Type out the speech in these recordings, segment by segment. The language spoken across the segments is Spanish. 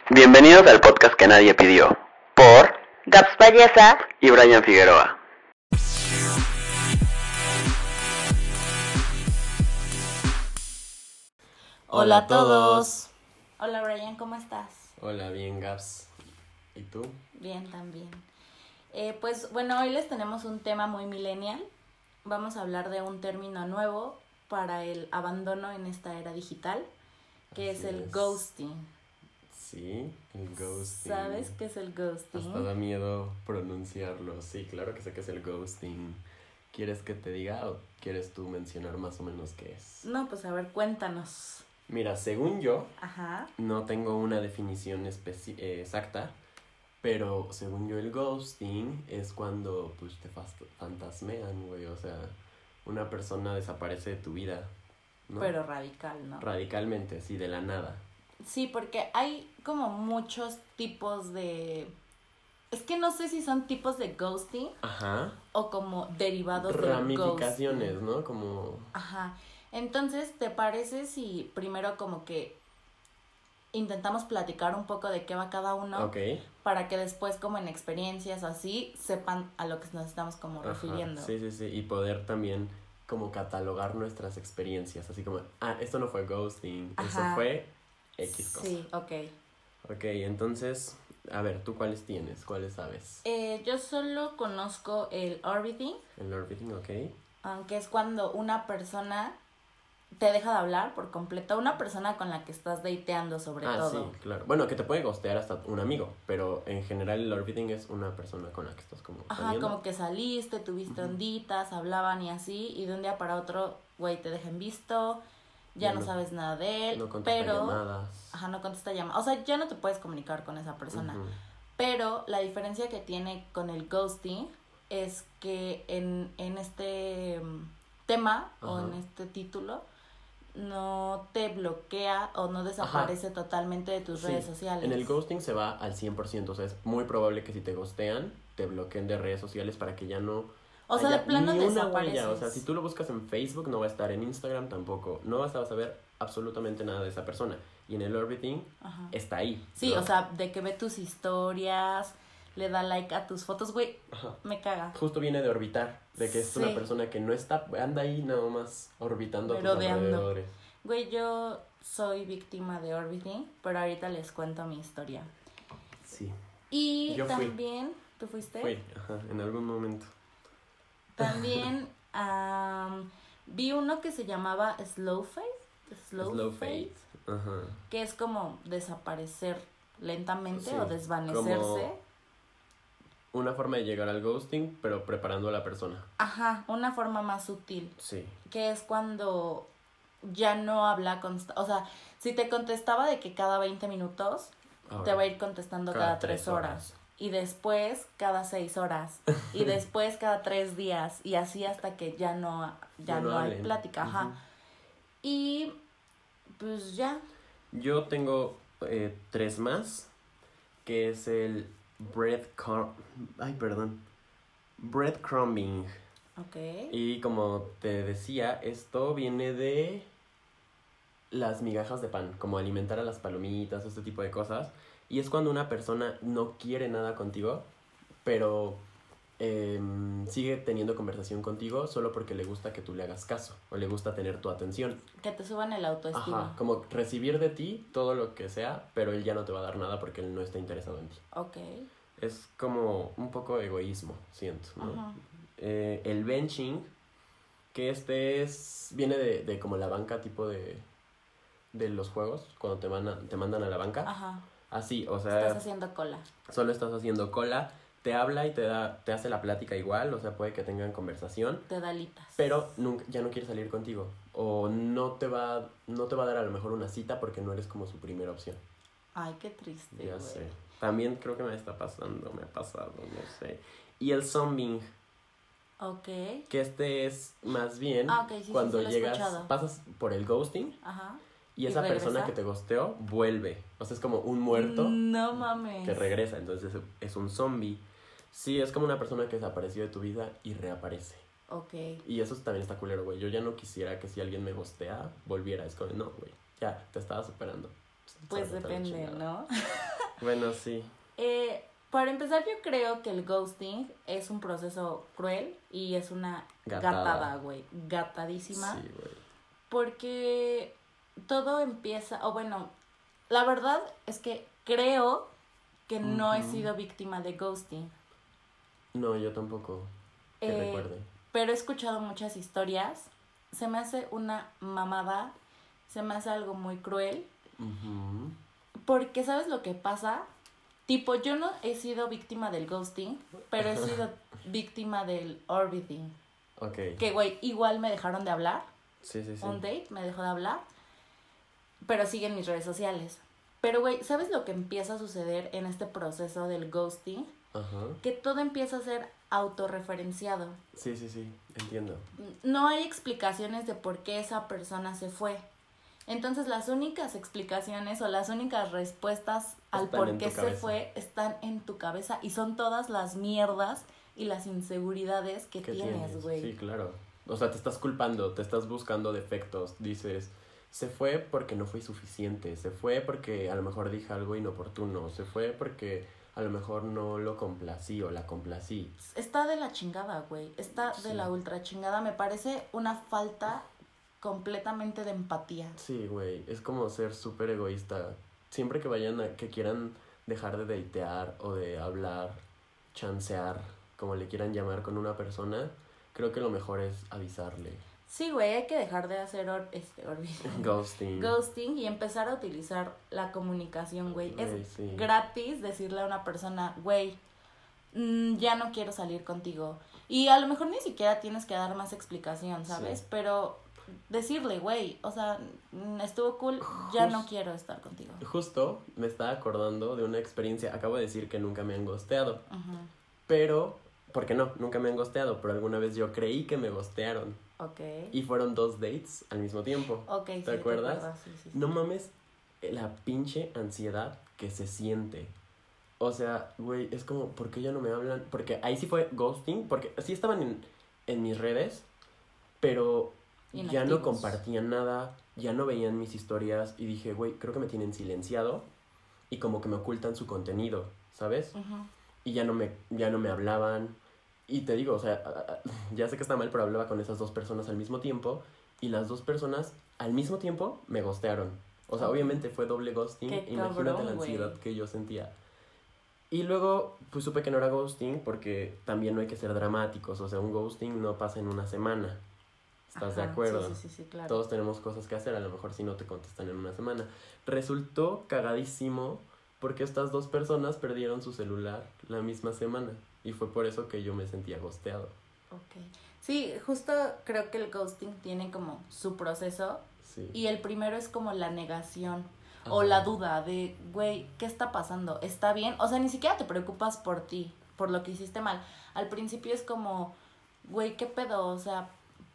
Bienvenidos al podcast que nadie pidió, por Gaps Valleza y Brian Figueroa. Hola a todos. Hola Brian, ¿cómo estás? Hola, bien, Gaps. ¿Y tú? Bien, también. Pues bueno, hoy les tenemos un tema muy millennial. Vamos a hablar de un término nuevo para el abandono en esta era digital, que Así es el es. ghosting. Sí, el ghosting. ¿Sabes qué es el ghosting? Hasta da miedo pronunciarlo. Sí, claro que sé que es el ghosting. ¿Quieres que te diga o quieres tú mencionar más o menos qué es? No, pues a ver, cuéntanos. Mira, según yo, Ajá. no tengo una definición exacta, pero según yo el ghosting es cuando pues te fantasmean, güey. O sea, una persona desaparece de tu vida, ¿no? Pero radical, ¿no? Radicalmente, así de la nada. Sí, porque hay como muchos tipos de... Es que no sé si son tipos de ghosting Ajá. o como derivados del Ramificaciones, ghosting. ¿no? Como... Ajá. Entonces, ¿te parece si primero como que intentamos platicar un poco de qué va cada uno? Ok. Para que después como en experiencias así sepan a lo que nos estamos como Ajá. refiriendo. Sí. Y poder también como catalogar nuestras experiencias. Así como, esto no fue ghosting, Ajá. eso fue X cosa. Sí, ok. Ok, entonces, a ver, ¿tú cuáles tienes? ¿Cuáles sabes? Yo solo conozco el orbiting, El orbiting, ok. aunque es cuando una persona te deja de hablar por completo, una persona con la que estás dateando sobre todo. Sí, claro. Bueno, que te puede ghostear hasta un amigo, pero en general el orbiting es una persona con la que estás como Ajá, saliendo. como que saliste, tuviste onditas, hablaban y así, y de un día para otro, güey, te dejan visto, ya no sabes nada de él, No contesta pero... llamadas. Ajá, no contesta llamadas, o sea, ya no te puedes comunicar con esa persona. Ujú. Pero la diferencia que tiene con el ghosting es que en este tema o Ajá. en este título no te bloquea o no desaparece totalmente de tus redes sociales. En el ghosting se va al 100%, o sea, es muy probable que si te ghostean, te bloqueen de redes sociales para que ya no o sea, de haya plano ni una desapareces. huella. O sea, si tú lo buscas en Facebook, no va a estar, en Instagram tampoco, no vas a saber absolutamente nada de esa persona. Y en el orbiting Ajá. está ahí. Sí, ¿no? o sea, de que ve tus historias, le da like a tus fotos, güey, Ajá. me caga. Justo viene de orbitar, de que es Sí. una persona que no está, anda ahí nada más orbitando a tus Merodeando. alrededores. Güey, yo soy víctima de orbiting, pero ahorita les cuento mi historia. Sí, Y Yo fui. también, ¿tú fuiste? fui, en algún momento. También vi uno que se llamaba Slow Fade. Slow fade. Ajá. Que es como desaparecer lentamente Sí, o desvanecerse. como una forma de llegar al ghosting, pero preparando a la persona. Ajá, una forma más sutil. Sí. Que es cuando ya no habla o sea, si te contestaba de que cada 20 minutos, Ahora, te va a ir contestando cada 3 horas. Y después cada 6 horas. Y después cada 3 días. Y así hasta que ya no hay hablen. plática. Ajá. Ujú. Y pues ya. Yo tengo 3 más, que es el breadcrumbing. Ok. Y como te decía, esto viene de las migajas de pan, como alimentar a las palomitas, este tipo de cosas. Y es cuando una persona no quiere nada contigo, pero sigue teniendo conversación contigo solo porque le gusta que tú le hagas caso o le gusta tener tu atención. Que te suban el autoestima. Ajá, como recibir de ti todo lo que sea, pero él ya no te va a dar nada porque él no está interesado en ti. Ok. Es como un poco egoísmo, siento, ¿no? Ajá. El benching, que viene de como la banca tipo de los juegos, cuando te mandan a la banca. Ajá. Así, o sea, Estás haciendo cola. solo estás haciendo cola, te habla y te hace la plática igual, o sea, puede que tengan conversación, Te da alitas. pero ya no quiere salir contigo, o no te va a dar a lo mejor una cita porque no eres como su primera opción. Ay, qué triste, Ya güey. sé. También creo que me ha pasado, no sé. Y el zombing, Ok. que es más bien Ok, sí, cuando sí lo he llegas, escuchado. pasas por el ghosting Ajá. y ¿Y esa regresa? persona que te ghosteó vuelve. O sea, es como un muerto No mames. que regresa, entonces es un zombie. Sí, es como una persona que desapareció de tu vida y reaparece. Ok. Y eso también está culero, güey. Yo ya no quisiera que si alguien me ghostea, volviera. Es como, no, güey, ya, te estaba superando. Pues Sácate a la depende, chingada. ¿no? Bueno, sí. Para empezar, yo creo que el ghosting es un proceso cruel y es una gatada, güey. Gatadísima. Sí, güey. Porque todo empieza, o bueno, la verdad es que creo que no he sido víctima de ghosting. No, yo tampoco. Que recuerde. Pero he escuchado muchas historias. Se me hace una mamada. Se me hace algo muy cruel. Porque, ¿sabes lo que pasa? Tipo, yo no he sido víctima del ghosting, pero he sido víctima del orbiting. Ok. Que, güey, igual me dejaron de hablar. Sí. Un date me dejó de hablar, pero sigue en mis redes sociales. Pero, güey, ¿sabes lo que empieza a suceder en este proceso del ghosting? Ajá. Que todo empieza a ser autorreferenciado. Sí, entiendo. No hay explicaciones de por qué esa persona se fue. Entonces, las únicas explicaciones o las únicas respuestas al por qué se fue están en tu cabeza y son todas las mierdas y las inseguridades que tienes, güey. Sí, claro. O sea, te estás culpando, te estás buscando defectos. Dices, se fue porque no fui suficiente, se fue porque a lo mejor dije algo inoportuno, se fue porque a lo mejor no lo complací o la complací. Está de la chingada, güey. Está de la ultra chingada. Me parece una falta completamente de empatía. Sí, güey. Es como ser súper egoísta. Siempre que que quieran dejar de datear o de hablar, chancear, como le quieran llamar con una persona, creo que lo mejor es avisarle. Sí, güey, hay que dejar de hacer ghosting y empezar a utilizar la comunicación, güey. Es gratis decirle a una persona, güey, ya no quiero salir contigo. Y a lo mejor ni siquiera tienes que dar más explicación, ¿sabes? Sí. Pero decirle, güey, o sea, estuvo cool, ya no quiero estar contigo. Justo me estaba acordando de una experiencia. Acabo de decir que nunca me han ghosteado. Pero, ¿por qué no? Nunca me han ghosteado, pero alguna vez yo creí que me ghostearon. Okay. Y fueron 2 dates al mismo tiempo. Okay, ¿Te acuerdas? Sí. No mames, la pinche ansiedad que se siente. O sea, güey, es como, ¿por qué ya no me hablan? Porque ahí sí fue ghosting, porque sí estaban en mis redes, pero inactivos. Ya no compartían nada, ya no veían mis historias y dije, güey, creo que me tienen silenciado y como que me ocultan su contenido, ¿sabes? Y ya no me hablaban. Y te digo, o sea, ya sé que está mal, pero hablaba con esas 2 personas al mismo tiempo y las 2 personas al mismo tiempo me ghostearon. O sea, obviamente fue doble ghosting. Imagínate cabrón, la ansiedad que yo sentía. Y luego, pues supe que no era ghosting porque también no hay que ser dramáticos. O sea, un ghosting no pasa en una semana. ¿Estás de acuerdo? Sí, claro. Todos tenemos cosas que hacer, a lo mejor si no te contestan en una semana. Resultó cagadísimo porque estas 2 personas perdieron su celular la misma semana. Y fue por eso que yo me sentía ghosteado. Ok. Sí, justo creo que el ghosting tiene como su proceso. Sí. Y el primero es como la negación. O la duda de, güey, ¿qué está pasando? ¿Está bien? O sea, ni siquiera te preocupas por ti, por lo que hiciste mal. Al principio es como, güey, ¿qué pedo? O sea,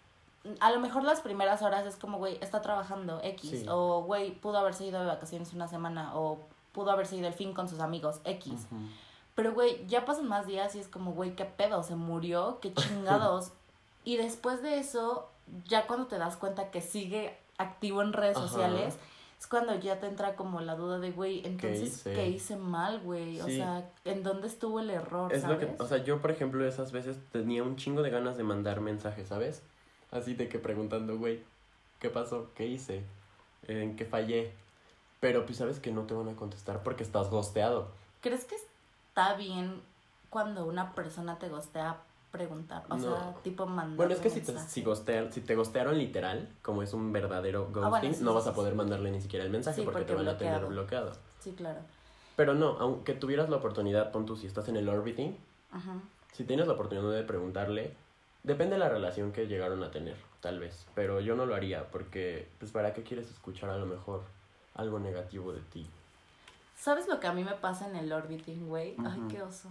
a lo mejor las primeras horas es como, güey, está trabajando X. Sí. O, güey, pudo haberse ido de vacaciones una semana. O pudo haberse ido el fin con sus amigos X. Pero, güey, ya pasan más días y es como, güey, ¿qué pedo? ¿Se murió? ¿Qué chingados? Y después de eso, ya cuando te das cuenta que sigue activo en redes sociales, es cuando ya te entra como la duda de, güey, entonces, ¿qué hice mal, güey? O sea, ¿en dónde estuvo el error, es sabes? Lo que, o sea, yo, por ejemplo, esas veces tenía un chingo de ganas de mandar mensajes, ¿sabes? Así de que preguntando, güey, ¿qué pasó? ¿Qué hice? ¿En qué fallé? Pero, pues, sabes que no te van a contestar porque estás ghosteado. ¿Crees que está bien cuando una persona te ghostea preguntar? O sea, tipo mandar. Bueno, es que si te ghostearon literal, como es un verdadero ghosting, no vas a poder mandarle ni siquiera el mensaje porque te van a tener bloqueado. Sí, claro. Pero no, aunque tuvieras la oportunidad, pon tú, si estás en el orbiting, si tienes la oportunidad de preguntarle, depende de la relación que llegaron a tener, tal vez. Pero yo no lo haría porque, pues, ¿para qué quieres escuchar a lo mejor algo negativo de ti? ¿Sabes lo que a mí me pasa en el orbiting, güey? Ay, qué oso.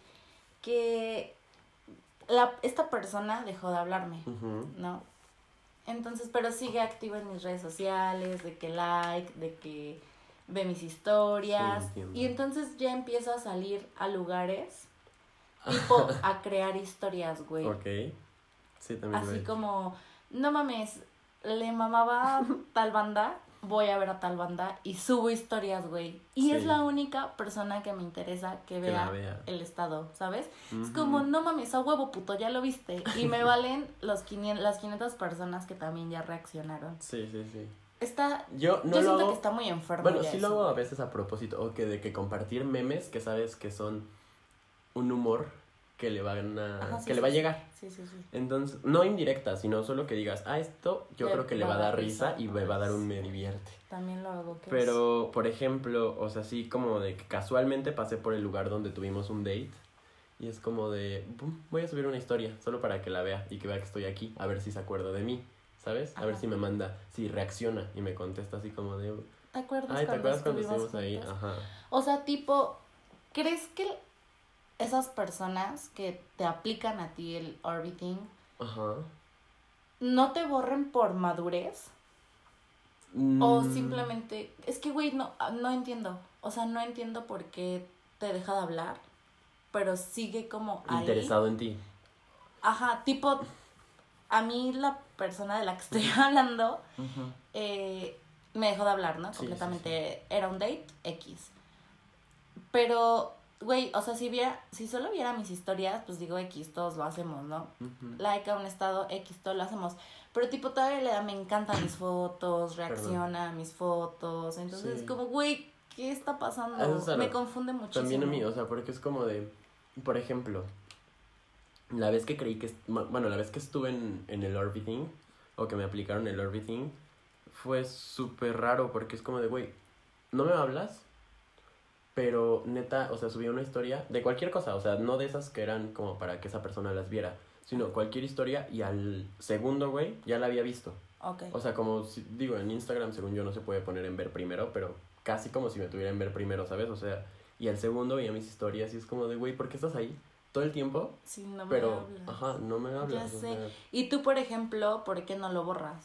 Que esta persona dejó de hablarme, ¿no? Entonces, pero sigue activa en mis redes sociales, de que like, de que ve mis historias. Sí, y entonces ya empiezo a salir a lugares, tipo a crear historias, güey. Ok. Sí, también. Así como, no mames, le mamaba tal banda voy a ver a tal banda y subo historias, güey. Y Sí. es la única persona que me interesa que Que la vea vea. el estado, ¿sabes? Es Ujú. como, no mames, a huevo, puto, ya lo viste. Y me valen las 500 personas que también ya reaccionaron. Sí, sí, sí. Yo No lo siento hago... que está muy enfermo. Bueno, ya sí eso, lo hago a güey. veces a propósito, o que de que compartir memes que sabes que son un humor que le van a... Ajá, sí, que sí, le va a sí. llegar. Sí, sí, sí. Entonces, no indirecta, sino solo que digas, esto yo Le creo que le va a dar risa y me va a dar un me divierte. También lo hago. ¿qué Pero, por ejemplo, o sea, así como de que casualmente pasé por el lugar donde tuvimos un date y es como de, "Pum, voy a subir una historia solo para que la vea y que vea que estoy aquí, a ver si se acuerda de mí, ¿sabes? A ver Ajá. si me manda, si reacciona y me contesta así como de, ¿Te acuerdas ay, ¿te acuerdas cuando estuvimos estuvimos ahí? juntos? Ajá. O sea, tipo, ¿crees que esas personas que te aplican a ti el orbiting Ajá. no te borren por madurez? O simplemente, es que, güey, no entiendo. O sea, no entiendo por qué te deja de hablar, pero sigue como ahí. Interesado en ti. Ajá, tipo, a mí la persona de la que estoy hablando Ujú. me dejó de hablar, ¿no? Sí, Completamente. Era un date X. Pero, güey, o sea, si solo viera mis historias, pues digo X, todos lo hacemos, ¿no? Ujú. Like a un estado X, todos lo hacemos. Pero tipo, todavía le da, me encantan mis fotos, reacciona a mis fotos. Entonces, Sí. es como, güey, ¿qué está pasando? Eso es algo. Me confunde muchísimo. También a mí, o sea, porque es como de, por ejemplo, la vez que creí que, bueno, la vez que estuve en el orbiting, o que me aplicaron el orbiting, fue súper raro porque es como de, güey, no me hablas, pero neta, o sea, subí una historia de cualquier cosa, o sea, no de esas que eran como para que esa persona las viera, sino cualquier historia y al segundo, güey, ya la había visto. Ok. O sea, como, digo, en Instagram, según yo, no se puede poner en ver primero, pero casi como si me tuviera en ver primero, ¿sabes? O sea, y al segundo veía mis historias y es como de, güey, ¿por qué estás ahí todo el tiempo? Sí, no me Pero, hablas. ajá, no me hablas. Ya o sé. sea, Y tú, por ejemplo, ¿por qué no lo borras?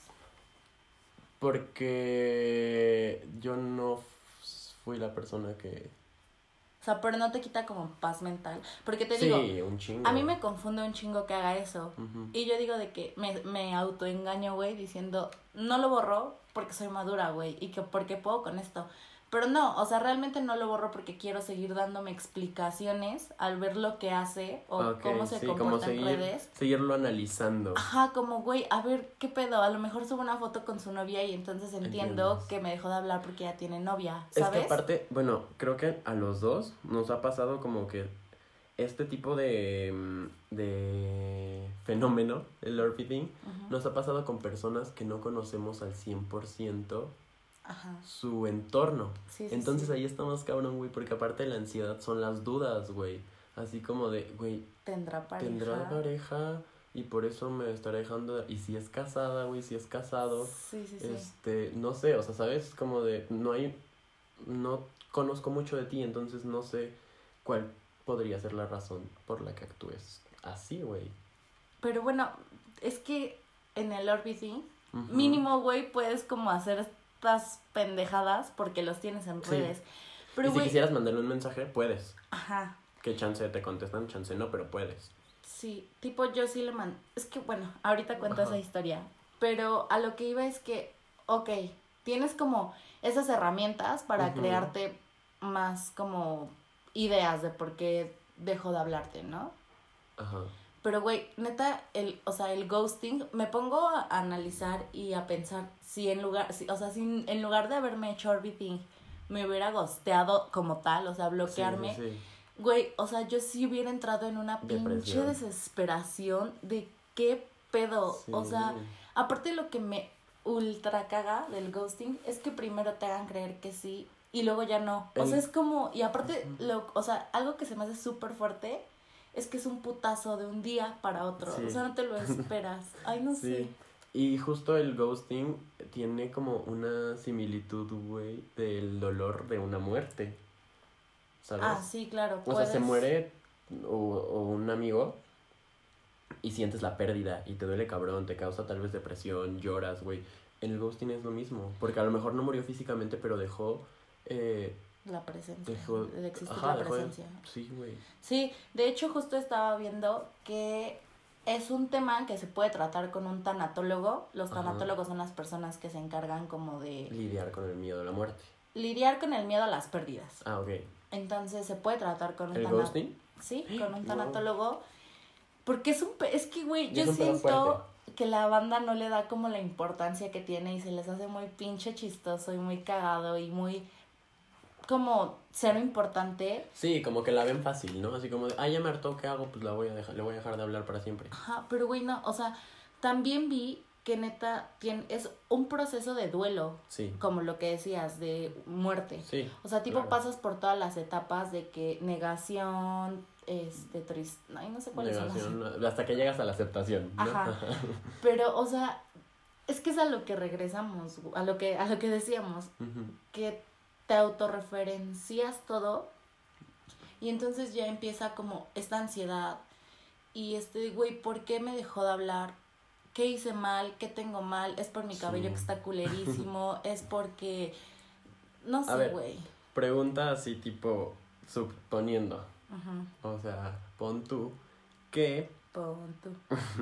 porque yo no fui la persona que... O sea, pero no te quita como paz mental. Porque te sí, digo, un chingo. a mí me confunde un chingo que haga eso. Ujú. Y yo digo de que me autoengaño, güey, diciendo, no lo borro porque soy madura, güey, y que porque puedo con esto. Pero no, o sea, realmente no lo borro porque quiero seguir dándome explicaciones al ver lo que hace o Ok, cómo se sí, comporta como en redes. seguirlo analizando. Ajá, como, güey, a ver, ¿qué pedo? A lo mejor subo una foto con su novia y entonces entiendo Entiendes. que me dejó de hablar porque ya tiene novia, Es ¿sabes? que aparte, bueno, creo que a los dos nos ha pasado como que este tipo de fenómeno, el orbiting, Ujú. nos ha pasado con personas que no conocemos al 100% Ajá. su entorno. Sí, sí, Entonces sí. ahí estamos cabrón, güey, porque aparte de la ansiedad son las dudas, güey. Así como de, güey, ¿Tendrá pareja? ¿tendrá pareja? Y por eso me estará dejando. Y si es casada, güey, si es casado. Sí, sí, sí. No sé, o sea, ¿sabes? Como de, no conozco mucho de ti, entonces no sé cuál podría ser la razón por la que actúes así, güey. Pero bueno, es que en el orbiting, Ujú. mínimo, güey, puedes como hacer estas pendejadas porque los tienes en Sí. redes. Pero, Y si güey, quisieras mandarle un mensaje, puedes. ajá, Que chance te contestan, chance no, pero puedes. sí, tipo yo sí le mando, es que bueno, ahorita cuento Ajá. esa historia, pero a lo que iba es que, ok, tienes como esas herramientas para Ujú. crearte más como ideas de por qué dejó de hablarte, ¿no? Ajá. Pero, güey, neta, o sea, el ghosting, me pongo a analizar y a pensar si en lugar de haberme hecho orbiting, me hubiera ghosteado como tal, o sea, bloquearme, Sí, sí, sí. güey, o sea, yo sí hubiera entrado en una pinche Depresión. desesperación de qué pedo, Sí. o sea, aparte lo que me ultra caga del ghosting es que primero te hagan creer que sí y luego ya no, o sea, es como, y aparte, o sea, algo que se me hace súper fuerte es que es un putazo de un día para otro. Sí. O sea, no te lo esperas. Ay, no sé. Sí. Y justo el ghosting tiene como una similitud, güey, del dolor de una muerte. ¿Sabes? Ah, sí, claro. O sea, se muere o un amigo y sientes la pérdida y te duele cabrón, te causa tal vez depresión, lloras, güey. En el ghosting es lo mismo, porque a lo mejor no murió físicamente, pero dejó... La presencia. dejó De existir ajá, la dejó de- presencia. sí, güey. Sí, de hecho justo estaba viendo que es un tema que se puede tratar con un tanatólogo. Los Ajá. tanatólogos son las personas que se encargan como de Lidiar con el miedo a la muerte. lidiar con el miedo a las pérdidas. Ah, ok. Entonces se puede tratar con un ¿El ghosting? Sí, con un Wow. tanatólogo. Porque es que, güey, Y yo es un pedo siento que la banda no le da como la importancia que tiene y se les hace muy pinche chistoso y muy cagado y muy como cero importante. Sí, como que la ven fácil, ¿no? Así como de, ya me hartó, ¿qué hago? Pues la voy a dejar, le voy a dejar de hablar para siempre. Ajá, pero güey, no, o sea, también vi que neta es un proceso de duelo, Sí. como lo que decías, de muerte. Sí. O sea, tipo claro. pasas por todas las etapas de que negación, ay, no sé cuáles son las. Negación, hasta que llegas a la aceptación, ¿no? Ajá. Pero, o sea, es que es a lo que regresamos, a lo que decíamos, Ujú. que te autorreferencias todo y entonces ya empieza como esta ansiedad y güey, ¿por qué me dejó de hablar? ¿Qué hice mal? ¿Qué tengo mal? ¿Es por mi cabello Sí. que está culerísimo? ¿Es porque no A sé, ver. güey? Pregunta así tipo, suponiendo, Ajá. o sea, pon tú que, Pon tú.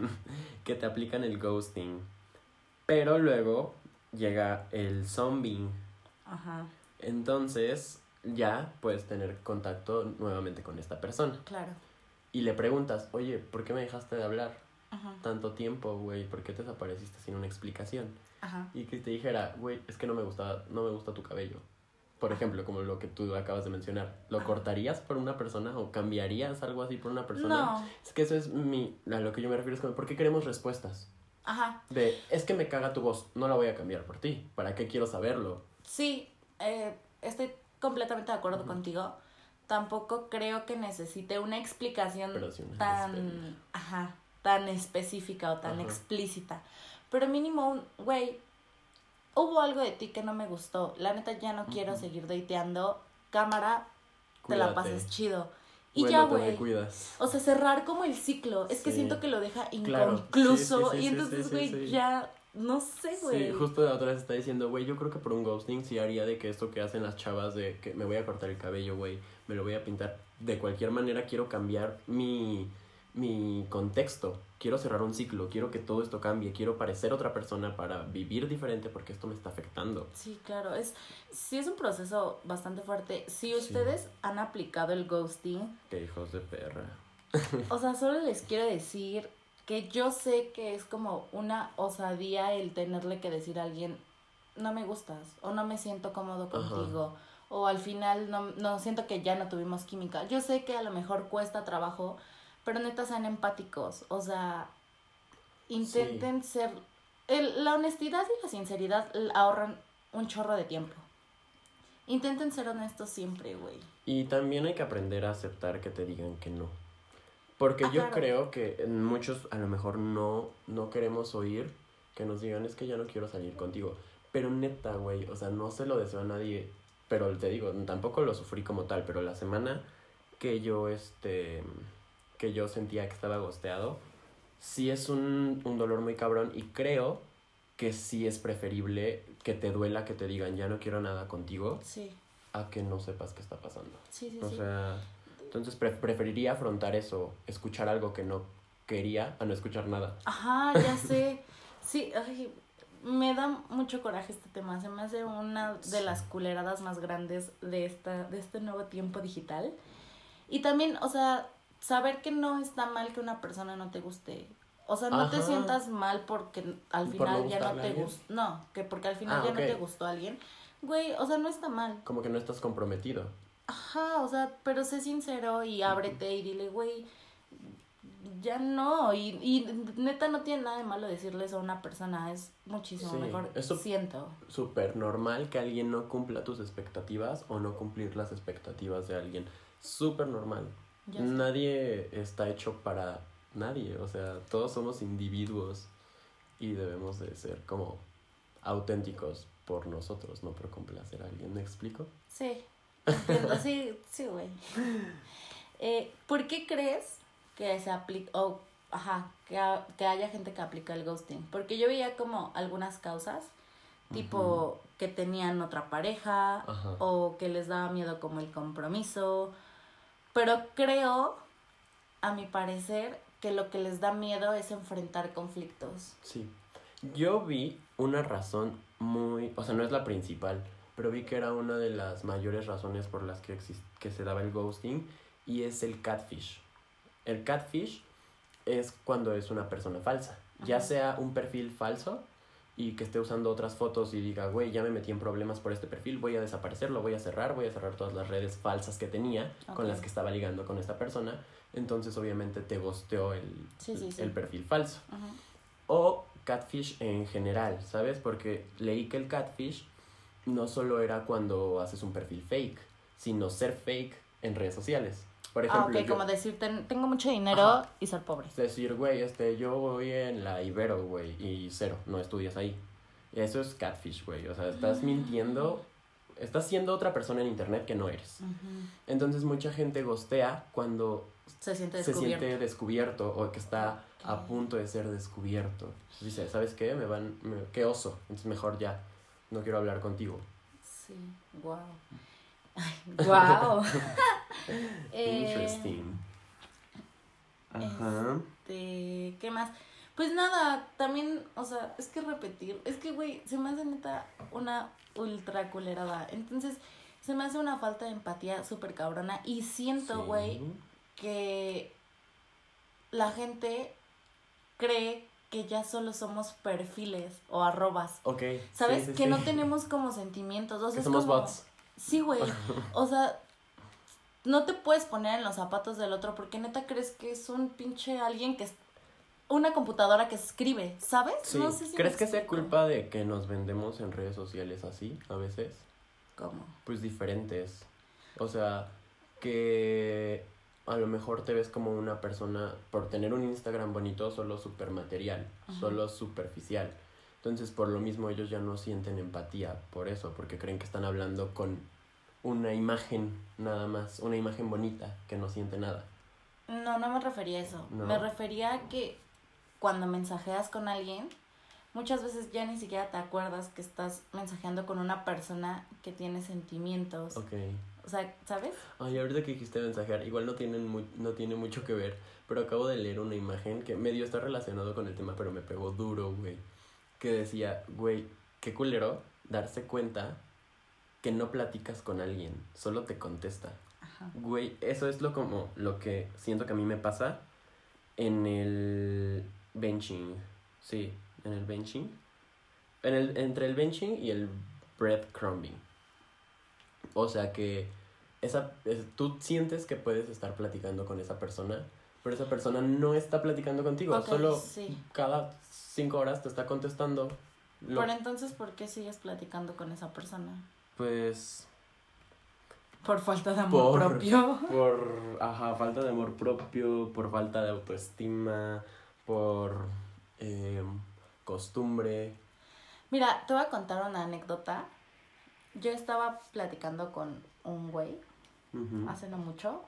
que te aplican el ghosting, pero luego llega el zombie. Ajá. Entonces ya puedes tener contacto nuevamente con esta persona. Claro. Y le preguntas, oye, ¿por qué me dejaste de hablar Ajá. tanto tiempo, güey? ¿Por qué te desapareciste sin una explicación? Ajá. Y que te dijera, güey, es que no me gusta tu cabello. Por ejemplo, como lo que tú acabas de mencionar. ¿Lo cortarías por una persona o cambiarías algo así por una persona? No. Es que eso es a lo que yo me refiero es como, ¿por qué queremos respuestas? Ajá. Es que me caga tu voz, no la voy a cambiar por ti. ¿Para qué quiero saberlo? Sí, estoy completamente de acuerdo contigo. Tampoco creo que necesite una explicación Pero sí una tan, tan específica o tan Ajá. explícita. Pero mínimo, güey, hubo algo de ti que no me gustó. La neta ya no quiero seguir dateando. Cámara, te la Cuídate. pases chido. Y Bueno, ya, te me güey. cuidas. O sea, cerrar como el ciclo. Es que Sí. siento que lo deja Claro. inconcluso. Sí, y entonces, sí, güey, sí. ya no sé, güey. Sí, justo la otra vez está diciendo, güey, yo creo que por un ghosting sí haría de que esto que hacen las chavas de que me voy a cortar el cabello, güey, me lo voy a pintar. De cualquier manera quiero cambiar mi contexto. Quiero cerrar un ciclo, quiero que todo esto cambie, quiero parecer otra persona para vivir diferente porque esto me está afectando. Sí, claro, sí es un proceso bastante fuerte. Si ustedes han aplicado el ghosting, Qué hijos de perra. o sea, solo les quiero decir que yo sé que es como una osadía el tenerle que decir a alguien, no me gustas, o no me siento cómodo contigo, o al final no siento que ya no tuvimos química. Yo sé que a lo mejor cuesta trabajo, pero neta sean empáticos, o sea, intenten ser... la honestidad y la sinceridad ahorran un chorro de tiempo. Intenten ser honestos siempre, güey. Y también hay que aprender a aceptar que te digan que no. Porque yo claro. creo que muchos a lo mejor no queremos oír que nos digan es que ya no quiero salir contigo. Pero neta, güey, o sea, no se lo deseo a nadie. Pero te digo, tampoco lo sufrí como tal. Pero la semana que yo, que yo sentía que estaba gosteado, sí es un dolor muy cabrón. Y creo que sí es preferible que te duela que te digan ya no quiero nada contigo. Sí. A que no sepas qué está pasando. Sí. O sea... Entonces preferiría afrontar eso, escuchar algo que no quería, a no escuchar nada. Ajá, ya sé. Sí, ay, me da mucho coraje este tema. Se me hace una de las culeradas más grandes de este nuevo tiempo digital. Y también, o sea, saber que no está mal que una persona no te guste. O sea, no te sientas mal porque al final ya no te gustó. No, que porque al final ya no te gustó alguien. Güey, o sea, no está mal. Como que no estás comprometido. Ajá, o sea, pero sé sincero y ábrete y dile, güey, ya no. Y neta no tiene nada de malo decirle eso a una persona, es muchísimo mejor, siento. Súper normal que alguien no cumpla tus expectativas o no cumplir las expectativas de alguien. Súper normal. Nadie está hecho para nadie, o sea, todos somos individuos y debemos de ser como auténticos por nosotros, no por complacer a alguien. ¿Me explico? Sí. Entiendo, sí, güey. ¿Por qué crees que se aplica, que haya gente que aplica el ghosting? Porque yo veía como algunas causas, tipo que tenían otra pareja, o que les daba miedo como el compromiso, pero creo, a mi parecer, que lo que les da miedo es enfrentar conflictos. Sí. Yo vi una razón muy... O sea, no es la principal, pero vi que era una de las mayores razones por las que se daba el ghosting, y es el catfish. El catfish es cuando es una persona falsa. Ya Ajá. sea un perfil falso y que esté usando otras fotos y diga, güey, ya me metí en problemas por este perfil, voy a desaparecerlo, voy a cerrar todas las redes falsas que tenía con las que estaba ligando con esta persona. Entonces, obviamente, te ghosteó Sí. el perfil falso. Ajá. O catfish en general, ¿sabes? Porque leí que el catfish no solo era cuando haces un perfil fake, sino ser fake en redes sociales. Por ejemplo, Ok, como decir, tengo mucho dinero Ajá. y ser pobre. decir, güey, yo voy en la Ibero, güey, y cero, no estudias ahí. Y eso es catfish, güey. O sea, estás mintiendo, estás siendo otra persona en internet que no eres. Ujú. Entonces, mucha gente gostea cuando Se siente se descubierto. siente descubierto o que está Ok. a punto de ser descubierto. Dice, ¿sabes qué? Qué oso. Entonces mejor ya, no quiero hablar contigo. Sí, wow. Wow. Interesting. Ajá. ¿Qué más? Pues nada, también, o sea, es que repetir, es que, güey, se me hace neta una ultra culerada. Entonces, se me hace una falta de empatía súper cabrona. Y siento, Sí. güey, que la gente cree que ya solo somos perfiles o arrobas. Ok. ¿Sabes? sí, que sí. no tenemos como sentimientos. O sea, Que es somos como... bots. Sí, güey. O sea, no te puedes poner en los zapatos del otro porque neta crees que es un pinche alguien que es una computadora que escribe, ¿sabes? Sí. No sé si ¿Crees me que sea explico. culpa de que nos vendemos en redes sociales así, a veces? ¿Cómo? Pues diferentes. O sea, que a lo mejor te ves como una persona, por tener un Instagram bonito, solo súper material, Ajá. solo superficial. Entonces, por lo mismo, ellos ya no sienten empatía por eso, porque creen que están hablando con una imagen nada más, una imagen bonita, que no siente nada. No me refería a eso. No. Me refería a que cuando mensajeas con alguien, muchas veces ya ni siquiera te acuerdas que estás mensajeando con una persona que tiene sentimientos. Ok. O sea, ¿sabes? Ay, ahorita que dijiste mensajear, igual no tiene mucho que ver, pero acabo de leer una imagen que medio está relacionado con el tema, pero me pegó duro, güey. Que decía, güey, qué culero darse cuenta que no platicas con alguien, solo te contesta. Ajá. Güey, eso es lo que siento que a mí me pasa en el benching. Sí, en el benching. Entre el benching y el breadcrumbing. O sea que tú sientes que puedes estar platicando con esa persona, pero esa persona no está platicando contigo. Ok, Solo sí. cada 5 horas te está contestando. Pero entonces, ¿por qué sigues platicando con esa persona? Pues... Por falta de amor propio. Falta de amor propio, por falta de autoestima, por costumbre. Mira, te voy a contar una anécdota. Yo estaba platicando con un güey Ujú. hace no mucho.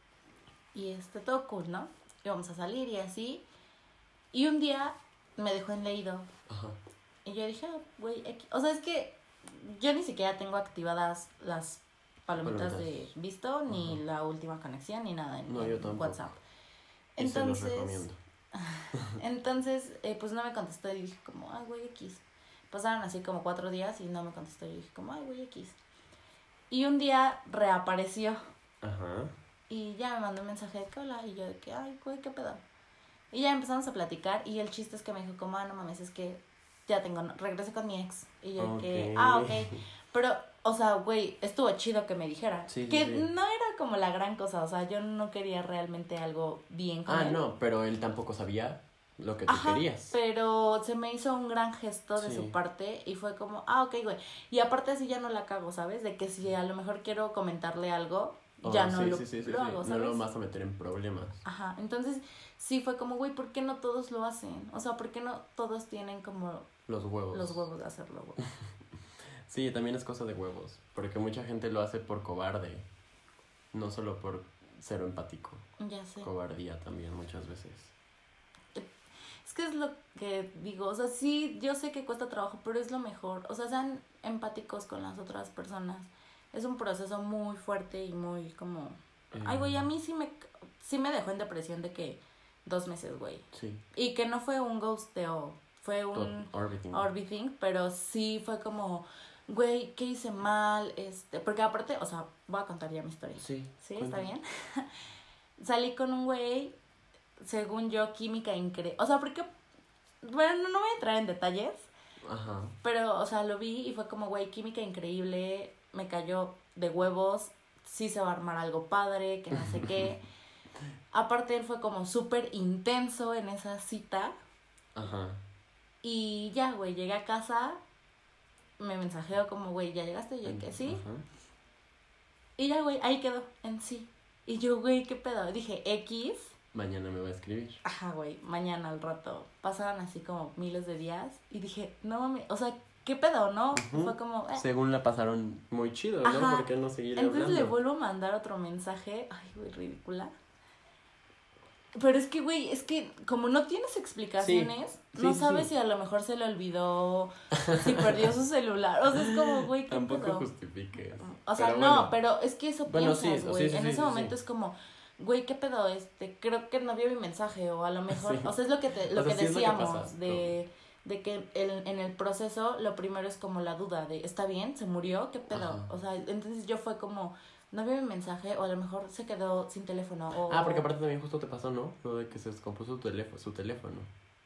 Y todo cool, ¿no? Íbamos a salir y así. Y un día me dejó en leído. Ajá. Y yo dije, güey, o sea, es que yo ni siquiera tengo activadas las palomitas de visto, ni Ajá. la última conexión, ni nada en, No, en yo tampoco. WhatsApp. Y se los recomiendo. Entonces, pues no me contestó y dije como, ay, güey, X. Pasaron así como 4 días y no me contestó y dije como, ay, güey, X. Y un día reapareció Ajá. y ya me mandó un mensaje de que hola, y yo de que, ay, güey, qué pedo. Y ya empezamos a platicar y el chiste es que me dijo como, no mames, es que ya regresé con mi ex. Y yo de que, ok. Pero, o sea, güey, estuvo chido que me dijera. Sí, que sí. no era como la gran cosa, o sea, yo no quería realmente algo bien con él. No, pero él tampoco sabía lo que tú Ajá, querías. pero se me hizo un gran gesto de Sí. su parte y fue como, ok, güey. Y aparte así ya no la cago, ¿sabes? De que si a lo mejor quiero comentarle algo, ya no sí, lo, sí, lo hago, No ¿sabes? lo vas a meter en problemas. Ajá, entonces sí fue como, güey, ¿por qué no todos lo hacen? O sea, ¿por qué no todos tienen como Los huevos. los huevos de hacerlo, güey? Sí, también es cosa de huevos. Porque mucha gente lo hace por cobarde. No solo por ser empático. Ya sé. Cobardía también muchas veces. Es que es lo que digo, o sea, sí, yo sé que cuesta trabajo, pero es lo mejor. O sea, sean empáticos con las otras personas. Es un proceso muy fuerte y muy como... Ay, güey, a mí sí me dejó en depresión de que 2 meses, güey. Sí. Y que no fue un ghosteo, fue un orbiting, pero sí fue como, güey, ¿qué hice mal? Porque aparte, o sea, voy a contar ya mi historia. Sí. ¿Sí? ¿Está bien? Salí con un güey, según yo, química increíble. O sea, porque, bueno, no voy a entrar en detalles. Ajá. Pero, o sea, lo vi y fue como, güey, química increíble, me cayó de huevos, sí se va a armar algo padre, que no sé qué. Aparte, él fue como súper intenso en esa cita. Ajá. Y ya, güey, llegué a casa, me mensajeó como, güey, ¿ya llegaste? Y yo, que sí. Ajá. Y ya, güey, ahí quedó, en sí. Y yo, güey, ¿qué pedo? Dije, X. Mañana me va a escribir. Ajá, güey, mañana al rato. Pasaron así como miles de días y dije, no mames, o sea, ¿qué pedo, no? Fue como... Según la pasaron muy chido, Ajá. ¿no? ¿Por qué no seguir hablando? Entonces le vuelvo a mandar otro mensaje. Ay, güey, ridícula. Pero es que, güey, es que como no tienes explicaciones, no sabes si a lo mejor se le olvidó, si perdió su celular. O sea, es como, güey, ¿qué Tampoco pedo? justifiques. O sea, Pero no, bueno. pero es que eso Bueno, piensas, sí, güey. sí, En ese sí, momento sí. es como, güey, ¿qué pedo? Creo que no vio mi mensaje, o a lo mejor, Sí. o sea, es lo que O sea, decíamos, sí es lo que pasa. de que en el proceso lo primero es como la duda de, ¿está bien? ¿Se murió? ¿Qué pedo? Ajá. O sea, entonces yo fue como, no vio mi mensaje, o a lo mejor se quedó sin teléfono, o... Porque aparte también justo te pasó, ¿no? Lo de que se descompuso su teléfono.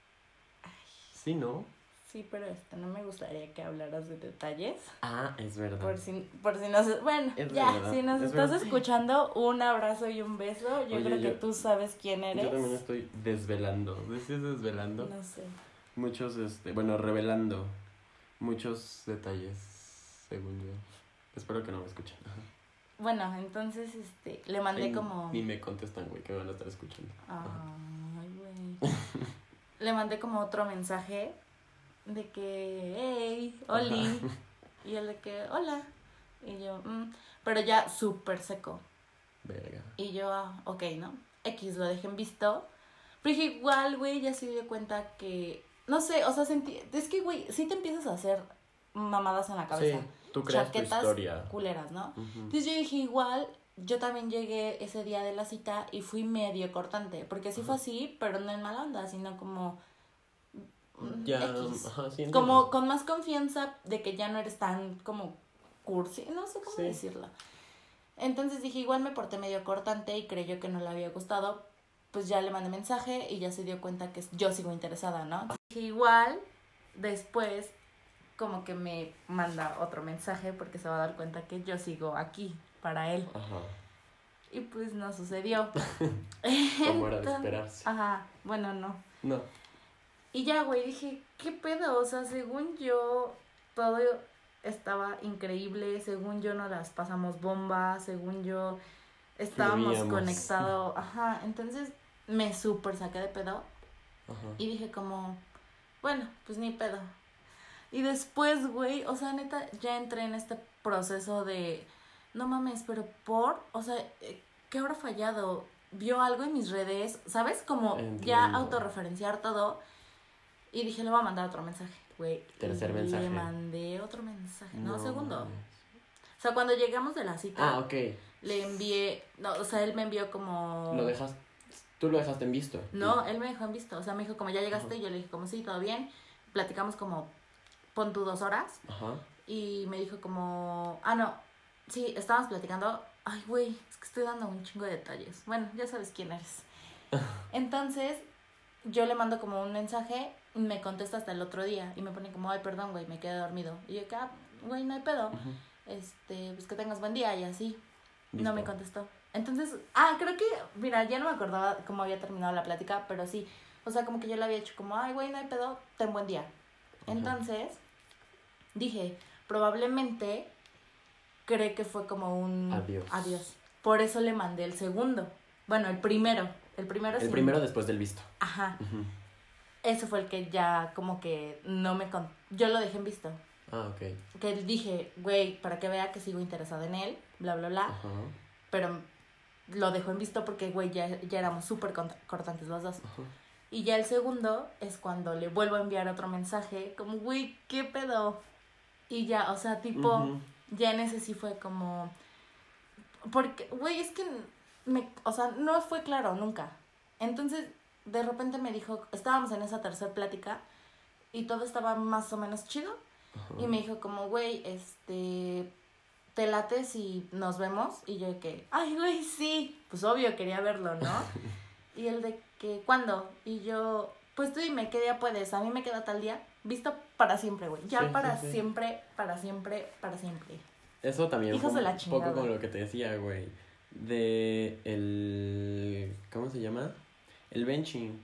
Sí, ¿no? Sí, pero no me gustaría que hablaras de detalles. Es verdad. Por si no sé, bueno, Es ya, verdad, si nos es estás verdad. escuchando, un abrazo y un beso. Yo Oye, creo que tú sabes quién eres. Yo también estoy desvelando. ¿Decís desvelando? No sé. Muchos, revelando muchos detalles, según yo. Espero que no me escuchen. Ajá. Bueno, entonces, le mandé Ay, como... Ni me contestan, güey, que me van a estar escuchando. Ay, güey. Le mandé como otro mensaje de que, hey, Oli. Ajá. Y él de que, hola. Y yo, pero ya súper seco. Verga. Y yo, ok, ¿no? X, lo dejé en visto. Pero dije, igual, güey, ya se dio cuenta que... No sé, o sea, sentí... Es que, güey, sí te empiezas a hacer mamadas en la cabeza. Sí, tú creas chaquetas tu historia. culeras, ¿no? Uh-huh. Entonces yo dije, igual, yo también llegué ese día de la cita y fui medio cortante. Porque sí fue así, pero no en mala onda, sino como... Ya, X. sí, entiendo. Como con más confianza de que ya no eres tan como cursi, no sé cómo decirlo. Entonces dije, igual me porté medio cortante y creyó que no le había gustado. Pues ya le mandé mensaje y ya se dio cuenta que yo sigo interesada, ¿no? Dije, igual, después como que me manda otro mensaje porque se va a dar cuenta que yo sigo aquí para él. Ajá. Y pues no sucedió. Como era de esperarse. Ajá, bueno, no. No. Y ya, güey, dije, ¿qué pedo? O sea, según yo, todo estaba increíble, según yo nos las pasamos bomba, según yo estábamos conectados. Ajá, entonces me súper saqué de pedo. Ajá. Y dije como, bueno, pues ni pedo. Y después, güey, o sea, neta, ya entré en este proceso de, no mames, pero o sea, ¿qué habrá fallado? Vio algo en mis redes, ¿sabes? Como Entiendo. Ya autorreferenciar todo. Y dije, le voy a mandar otro mensaje, güey. Tercer mensaje. Le mandé otro mensaje, no, segundo. Mames. O sea, cuando llegamos de la cita, Ok. le envié, no, o sea, él me envió como... ¿Tú lo dejaste en visto? No, él me dejó en visto, o sea, me dijo como, ya llegaste, y yo le dije como, sí, todo bien. Platicamos como, pon tú 2 horas. Ajá. Y me dijo como, no, sí, estábamos platicando. Ay, güey, es que estoy dando un chingo de detalles. Bueno, ya sabes quién eres. Entonces, yo le mando como un mensaje, y me contesta hasta el otro día. Y me pone como, ay, perdón, güey, me quedé dormido. Y yo, güey, no hay pedo. Uh-huh. Pues que tengas buen día y así. Listo. No me contestó. Entonces, creo que, mira, ya no me acordaba cómo había terminado la plática, pero sí. O sea, como que yo le había hecho como, ay, güey, no hay pedo, ten buen día. Ajá. Entonces, dije, probablemente cree que fue como un adiós. Por eso le mandé el segundo. Bueno, el primero. El primero después del visto. Ajá. Uh-huh. Ese fue el que ya como que no me... Yo lo dejé en visto. Ok. Que dije, güey, para que vea que sigo interesada en él, bla, bla, bla. Ajá. Pero lo dejó en visto porque, güey, ya éramos súper cortantes los dos. Ajá. Y ya el segundo es cuando le vuelvo a enviar otro mensaje, como, güey, ¿qué pedo? Y ya, o sea, tipo, Uh-huh. ya en ese sí fue como... Porque, güey, es que, o sea, no fue claro nunca. Entonces, de repente me dijo, estábamos en esa tercera plática y todo estaba más o menos chido. Y me dijo como, güey, ¿te late si nos vemos? Y yo de que, ay, güey, sí. Pues obvio, quería verlo, ¿no? Y él de que, ¿cuándo? Y yo, pues tú dime, ¿qué día puedes? A mí me queda tal día. Visto para siempre, güey. Ya Sí, para sí, sí. siempre, para siempre, para siempre. Eso también Hijos fue de la un chingada. poco como lo que te decía, güey. De el... ¿Cómo se llama? El benching.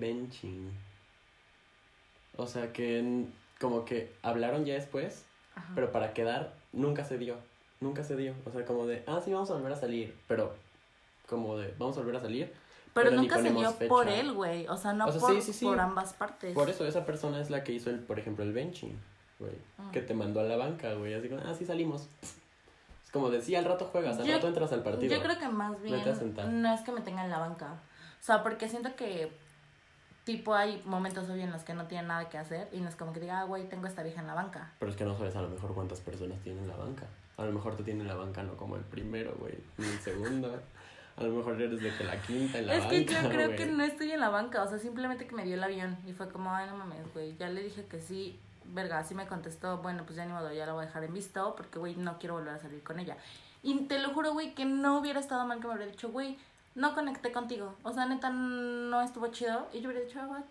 O sea que como que hablaron ya después, Ajá. pero para quedar nunca se dio. Nunca se dio. O sea, como de, sí, vamos a volver a salir. Pero como de, vamos a volver a salir. Pero ni nunca se ponemos dio fecha. por él, güey. O sea, no O sea, por, sí. por ambas partes. Por eso esa persona es la que hizo, por ejemplo, el benching, güey. Que te mandó a la banca, güey. Así como, sí salimos. Es como de, sí, al rato juegas, al rato entras al partido. Yo creo que más bien Vete a sentar. no es que me tenga en la banca. O sea, porque siento que tipo hay momentos obvio en los que no tienen nada que hacer y no es como que diga, güey, tengo a esta vieja en la banca. Pero es que no sabes a lo mejor cuántas personas tienen la banca. A lo mejor te tienen la banca no como el primero, güey, ni el segundo. A lo mejor eres de que la quinta en la banca, Es que yo creo güey. que no estoy en la banca, o sea, simplemente que me dio el avión y fue como, ay, no mames, güey, ya le dije que sí, verga, así me contestó, bueno, pues ya ni modo, ya la voy a dejar en visto porque, güey, no quiero volver a salir con ella. Y te lo juro, güey, que no hubiera estado mal que me hubiera dicho, güey, no conecté contigo, o sea, neta, no estuvo chido y yo hubiera dicho, what?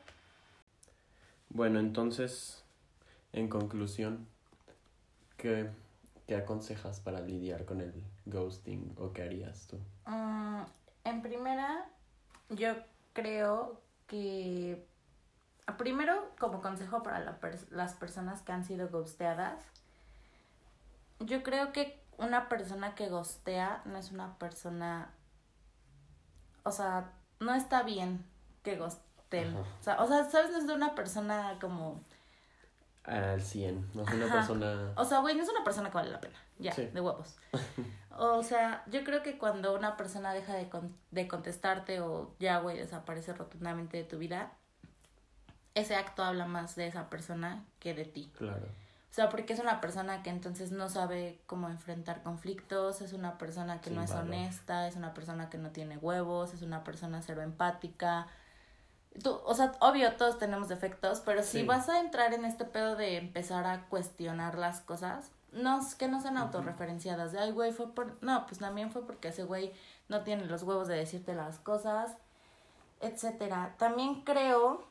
Bueno, entonces, en conclusión, ¿qué aconsejas para lidiar con el ghosting o qué harías tú? En primera, yo creo que primero, como consejo para las personas que han sido ghosteadas, yo creo que una persona que ghostea no es una persona, o sea, no está bien que ghosteen. O sea, ¿sabes? No es de una persona como... Al 100, no es una persona... O sea, güey, no es una persona que vale la pena, ya, sí. De huevos. O sea, yo creo que cuando una persona deja de contestarte o ya, güey, desaparece rotundamente de tu vida, ese acto habla más de esa persona que de ti. Claro. O sea, porque es una persona que entonces no sabe cómo enfrentar conflictos, es una persona que no es honesta, es una persona que no tiene huevos, es una persona cero empática. Tú, o sea, obvio, todos tenemos defectos, pero si vas a entrar en este pedo de empezar a cuestionar las cosas, que no sean autorreferenciadas, de, ay, güey, fue por... No, pues también fue porque ese güey no tiene los huevos de decirte las cosas, etcétera. También creo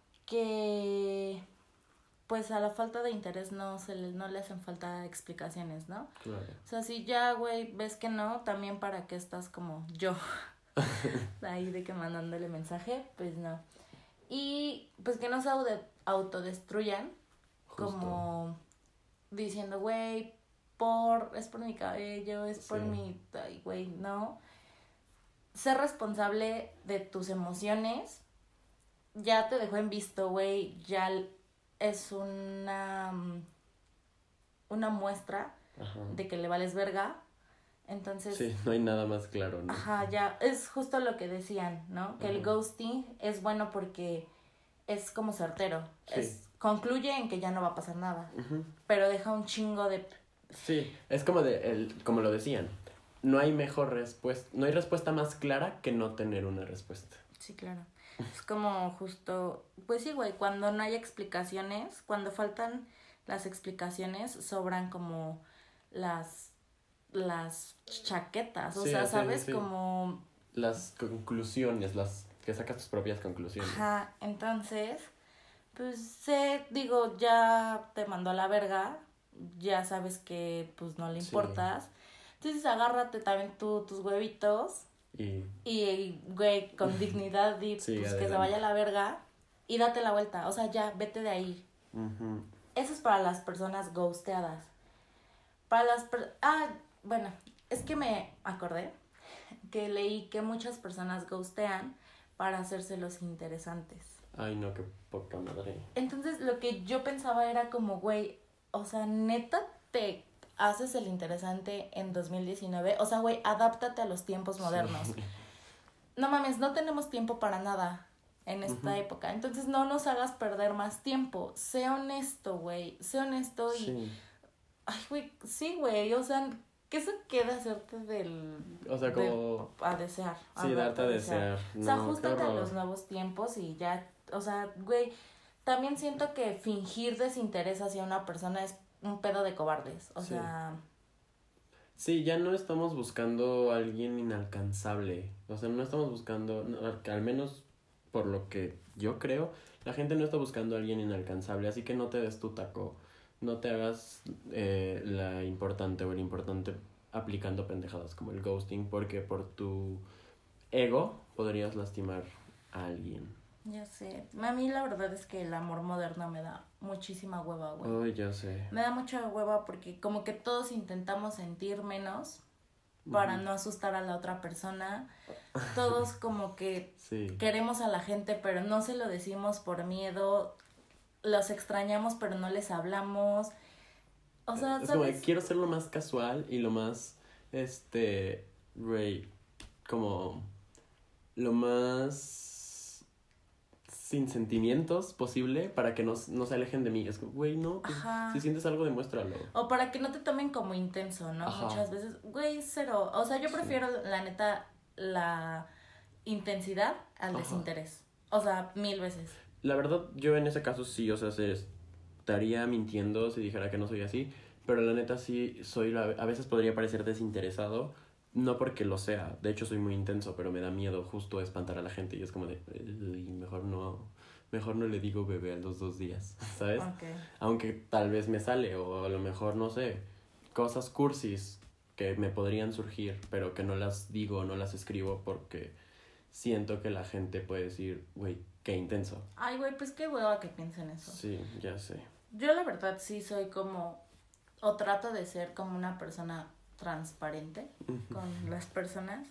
que... pues a la falta de interés no le hacen falta explicaciones, ¿no? Claro. O sea, si ya, güey, ves que no, también para qué estás como yo, ahí de que mandándole mensaje, pues no. Y pues que no se autodestruyan. Justo. Como diciendo, güey, es por mi cabello, es por mi... Ay, güey, no. Ser responsable de tus emociones. Ya te dejó en visto, güey, ya... es una muestra de que le vales verga. Entonces... sí, no hay nada más claro, ¿no? Ya, es justo lo que decían, ¿no? Que el ghosting es bueno porque es como certero. Sí. Concluye en que ya no va a pasar nada. Pero deja un chingo de... Sí, es como como lo decían. No hay mejor respuesta, no hay respuesta más clara que no tener una respuesta. Sí, claro. Es como justo, pues sí, güey, cuando no hay explicaciones, cuando faltan las explicaciones, sobran como las chaquetas, o sea, ¿sabes? Sí. Como... las conclusiones, las que sacas tus propias conclusiones. Entonces, pues, digo, ya te mandó a la verga, ya sabes que, pues, no le importas. Entonces, agárrate también tus huevitos. Y güey, con dignidad y pues adelante. Que se vaya a la verga y date la vuelta, o sea, ya, vete de ahí. Eso es para las personas ghosteadas. Para las bueno, es que me acordé que leí que muchas personas ghostean para hacerse los interesantes. Ay, no, qué poca madre. Entonces, lo que yo pensaba era como, güey, o sea, neta te haces el interesante en 2019, o sea, güey, adáptate a los tiempos modernos. No mames, no tenemos tiempo para nada en esta época, entonces no nos hagas perder más tiempo. Sé honesto, güey, sé honesto y... ay, güey, sí, güey, o sea, Que eso queda hacerte del... O sea, como... a desear. Sí, darte a desear. O sea, No, qué ajustate a horror. los nuevos tiempos y ya... O sea, güey, también siento que fingir desinterés hacia una persona es un pedo de cobardes. O Sí. sea... Sí, ya no estamos buscando a alguien inalcanzable. O sea, no estamos buscando, no, al menos por lo que yo creo, la gente no está buscando a alguien inalcanzable. Así que no te des tu taco. No te hagas la importante o el importante aplicando pendejadas como el ghosting, porque por tu ego podrías lastimar a alguien. Ya sé. A mí la verdad es que el amor moderno me da muchísima hueva, güey. Ay, ya sé. Me da mucha hueva porque como que todos intentamos sentir menos para no asustar a la otra persona. Todos como que Sí. queremos a la gente pero no se lo decimos por miedo. Los extrañamos pero no les hablamos. O sea, Es como de, ¿sabes? quiero ser lo más casual y lo más, güey, como lo más sin sentimientos posible para que no se alejen de mí. Es como, güey, no, pues, Ajá. si sientes algo, demuéstralo. O para que no te tomen como intenso, ¿no? Ajá. Muchas veces, güey, cero. O sea, yo prefiero, la neta, la intensidad al Ajá. desinterés. O sea, 1000 veces. La verdad, yo en ese caso sí, o sea, se estaría mintiendo si dijera que no soy así, pero la neta sí soy, a veces podría parecer desinteresado, no porque lo sea, de hecho soy muy intenso, pero me da miedo justo espantar a la gente y es como de, "Uy, mejor no le digo bebé a los 2 días", ¿sabes? Ok. Aunque tal vez me sale, o a lo mejor, no sé, cosas cursis que me podrían surgir, pero que no las digo, no las escribo porque siento que la gente puede decir, güey, qué intenso. Ay, güey, pues qué hueva que piensen eso. Sí, ya sé. Yo la verdad sí soy como, o trato de ser como una persona transparente con las personas.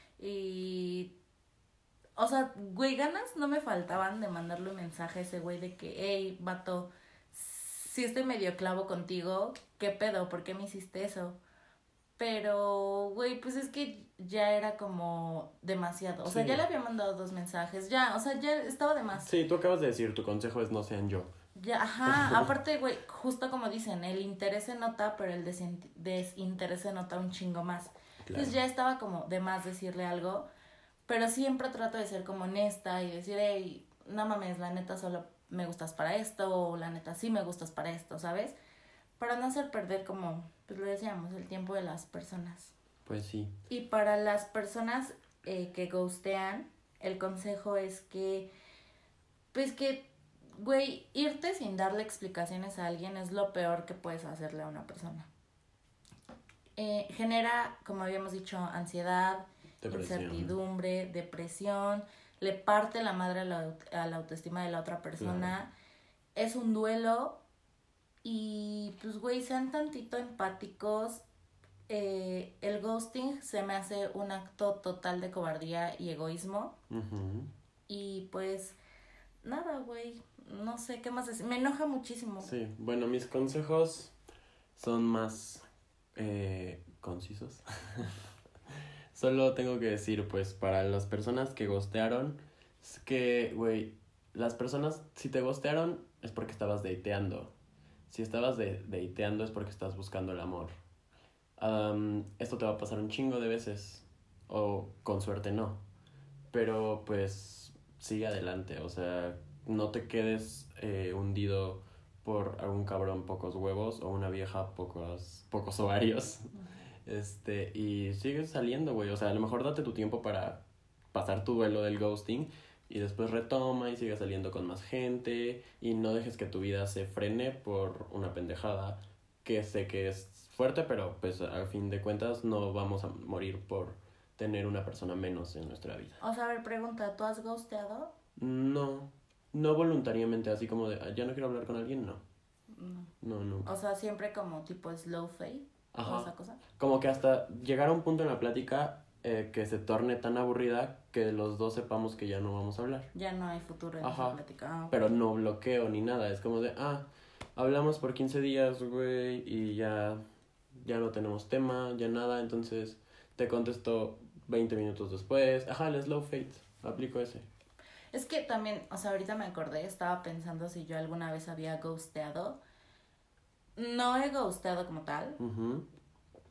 Y, o sea, güey, ganas no me faltaban de mandarle un mensaje a ese güey de que, hey, vato, si estoy medio clavo contigo, ¿qué pedo? ¿Por qué me hiciste eso? Pero, güey, pues es que ya era como demasiado. O sea, Sí. ya le había mandado 2 mensajes, ya, o sea, ya estaba de más. Sí, tú acabas de decir, tu consejo es no sean yo. Ya, ajá, aparte, güey, justo como dicen, el interés se nota, pero el desinterés se nota un chingo más. Entonces ya estaba como de más decirle algo, pero siempre trato de ser como honesta y decir, hey, no mames, la neta solo me gustas para esto, o la neta sí me gustas para esto, ¿sabes? Para no hacer perder como, pues lo decíamos, el tiempo de las personas. Pues sí. Y para las personas que ghostean, el consejo es que, pues que, güey, irte sin darle explicaciones a alguien es lo peor que puedes hacerle a una persona. Genera, como habíamos dicho, ansiedad, Depresión. incertidumbre, depresión, le parte la madre a la autoestima de la otra persona. Claro. Es un duelo y, pues, güey, sean tantito empáticos. El ghosting se me hace un acto total de cobardía y egoísmo. Ujú. Y pues, nada, güey, no sé qué más decir. Me enoja muchísimo. Sí, bueno, mis consejos son más concisos. Solo tengo que decir, pues, para las personas que ghostearon, es que, güey, las personas, si te ghostearon es porque estabas dateando. Si estabas dateando es porque estás buscando el amor. Esto te va a pasar un chingo de veces, o con suerte no. Pero, pues, sigue adelante, o sea, no te quedes hundido por algún cabrón pocos huevos o una vieja pocos ovarios. Y sigues saliendo, güey. O sea, a lo mejor date tu tiempo para pasar tu duelo del ghosting y después retoma y sigue saliendo con más gente y no dejes que tu vida se frene por una pendejada que sé que es fuerte, pero pues al fin de cuentas no vamos a morir por tener una persona menos en nuestra vida. O sea, a ver, pregunta, ¿tú has ghosteado? No voluntariamente, así como de, ya no quiero hablar con alguien, no. No, nunca. O sea, siempre como tipo slow fade. Ajá. O esa cosa. Como que hasta llegar a un punto en la plática que se torne tan aburrida que los dos sepamos que ya no vamos a hablar. Ya no hay futuro en Ajá. esa plática. Ah, ok. Pero no bloqueo ni nada, es como de, hablamos por 15 días, güey, y ya no tenemos tema, ya nada, entonces te contesto 20 minutos después. Ajá, el slow fade, aplico ese. Es que también, o sea, ahorita me acordé, estaba pensando si yo alguna vez había ghosteado. No he ghosteado como tal, Uh-huh.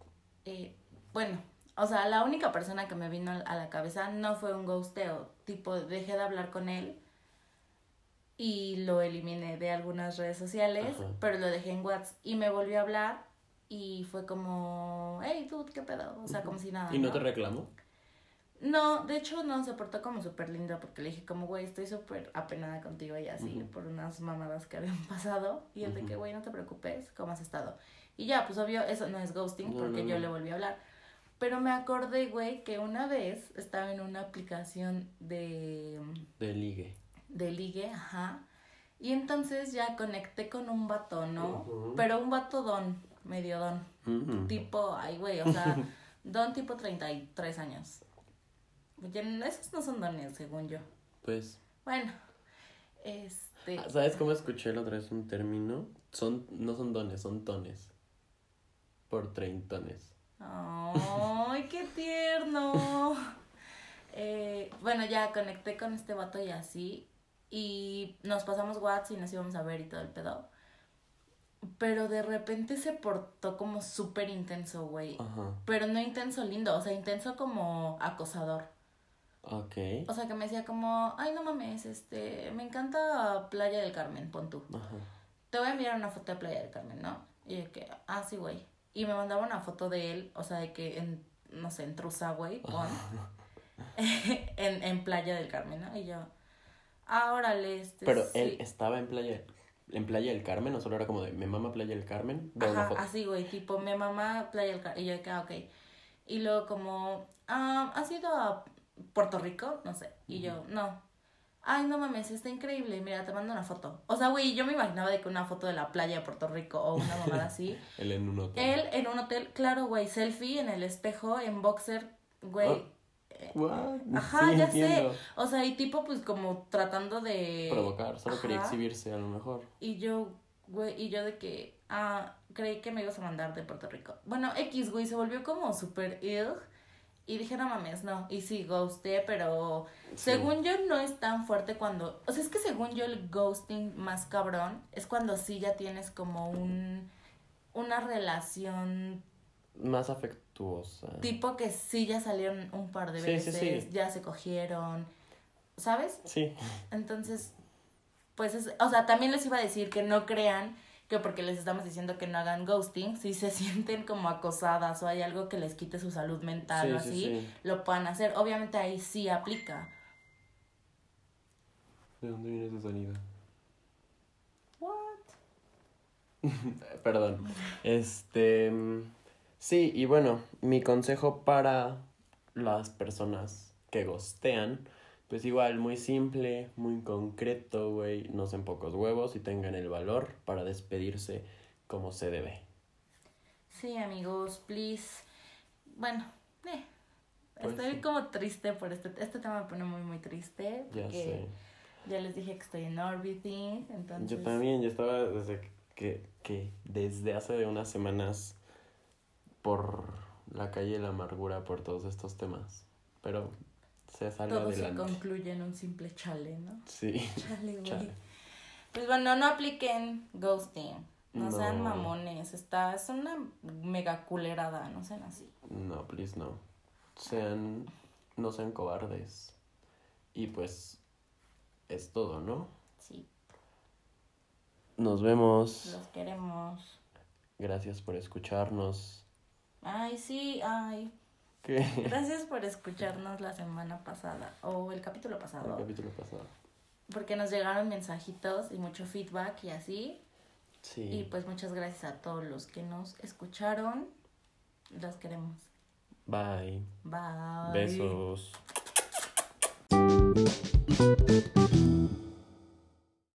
bueno, o sea, la única persona que me vino a la cabeza no fue un ghosteo, tipo, dejé de hablar con él y lo eliminé de algunas redes sociales, Ajá. pero lo dejé en WhatsApp y me volvió a hablar y fue como, hey, dude, ¿qué pedo? O sea, como si nada, ¿Y no te reclamó? No, de hecho no, se portó como súper lindo porque le dije como, güey, estoy súper apenada contigo y así, Ujú. por unas mamadas que habían pasado. Y él de que, Ujú. güey, no te preocupes, ¿cómo has estado? Y ya, pues obvio, eso no es ghosting No, porque no, yo no. le volví a hablar. Pero me acordé, güey, que una vez estaba en una aplicación De ligue. de ligue, ajá. Y entonces ya conecté con un vato, ¿no? Ujú. Pero un vato don, medio don. Ujú. Tipo, ay, güey, o sea, don tipo 33 años. Esos no son dones, según yo. Pues, Bueno, ¿sabes cómo escuché la otra vez un término? No son dones, son tones. Por treintones. ¡Ay, qué tierno! Bueno, ya conecté con este vato y así. Y nos pasamos WhatsApp y nos íbamos a ver y todo el pedo. Pero de repente se portó como súper intenso, güey. Ajá. Pero no intenso lindo, o sea, intenso como acosador. Ok. O sea, que me decía como, ay, no mames, me encanta Playa del Carmen, pon tú. Ajá. Te voy a enviar una foto de Playa del Carmen, ¿no? Y yo que, sí, güey. Y me mandaba una foto de él, o sea, de que no sé, en Trusa, güey, pon. en Playa del Carmen, ¿no? Y yo, órale, Pero sí. él estaba en Playa del Carmen, o solo era como de, me mama Playa del Carmen, veo una Ajá, foto. así, güey, tipo, mi mamá Playa del Carmen. Y yo que, ok. Y luego como, ¿has ido a Puerto Rico? No sé. Y yo, no. Ay, no mames, está increíble, mira, te mando una foto. O sea, güey, yo me imaginaba de que una foto de la playa de Puerto Rico o una mamada así. Él en un hotel. Él en un hotel, claro, güey, selfie en el espejo, en boxer, güey. What? Ajá, Sí, ya entiendo. sé. O sea, y tipo, pues como tratando de Provocar, solo quería Ajá. exhibirse a lo mejor. Y yo, güey, de que, creí que me ibas a mandar de Puerto Rico. Bueno, X, güey, se volvió como súper ill. Y dije, no mames, no. Y sí, ghosté, pero Sí. según yo no es tan fuerte cuando... O sea, es que según yo el ghosting más cabrón es cuando sí ya tienes como una relación Más afectuosa. tipo que sí ya salieron un par de Sí, veces, sí. ya se cogieron, ¿sabes? Sí. Entonces, pues o sea, también les iba a decir que no crean que porque les estamos diciendo que no hagan ghosting, si se sienten como acosadas o hay algo que les quite su salud mental Sí, o sí, así, sí. lo puedan hacer. Obviamente ahí sí aplica. ¿De dónde viene ese sonido? What? Perdón. Sí, y bueno, mi consejo para las personas que gostean, pues igual, muy simple, muy concreto, güey. No sean pocos huevos y tengan el valor para despedirse como se debe. Sí, amigos, please. Bueno, Pues estoy sí. como triste por este tema, me pone muy, muy triste. Ya Porque sé. ya les dije que estoy en orbiting, entonces... Yo también, yo estaba desde desde hace unas semanas por la calle de la amargura por todos estos temas. Pero se sale Todo adelante. se concluye en un simple chale, ¿no? Sí. Chale, güey. Chale. Pues bueno, no apliquen ghosting. No sean No. mamones. Es una mega culerada. No sean así. No, please no. No sean cobardes. Y pues es todo, ¿no? Sí, Nos vemos. los queremos. Gracias por escucharnos. Ay, sí, ay. ¿Qué? Gracias por escucharnos la semana pasada. O el capítulo El pasado. capítulo pasado. Porque nos llegaron mensajitos y mucho feedback y así. Sí. Y pues muchas gracias a todos los que nos escucharon. Los queremos. Bye. Bye. Besos.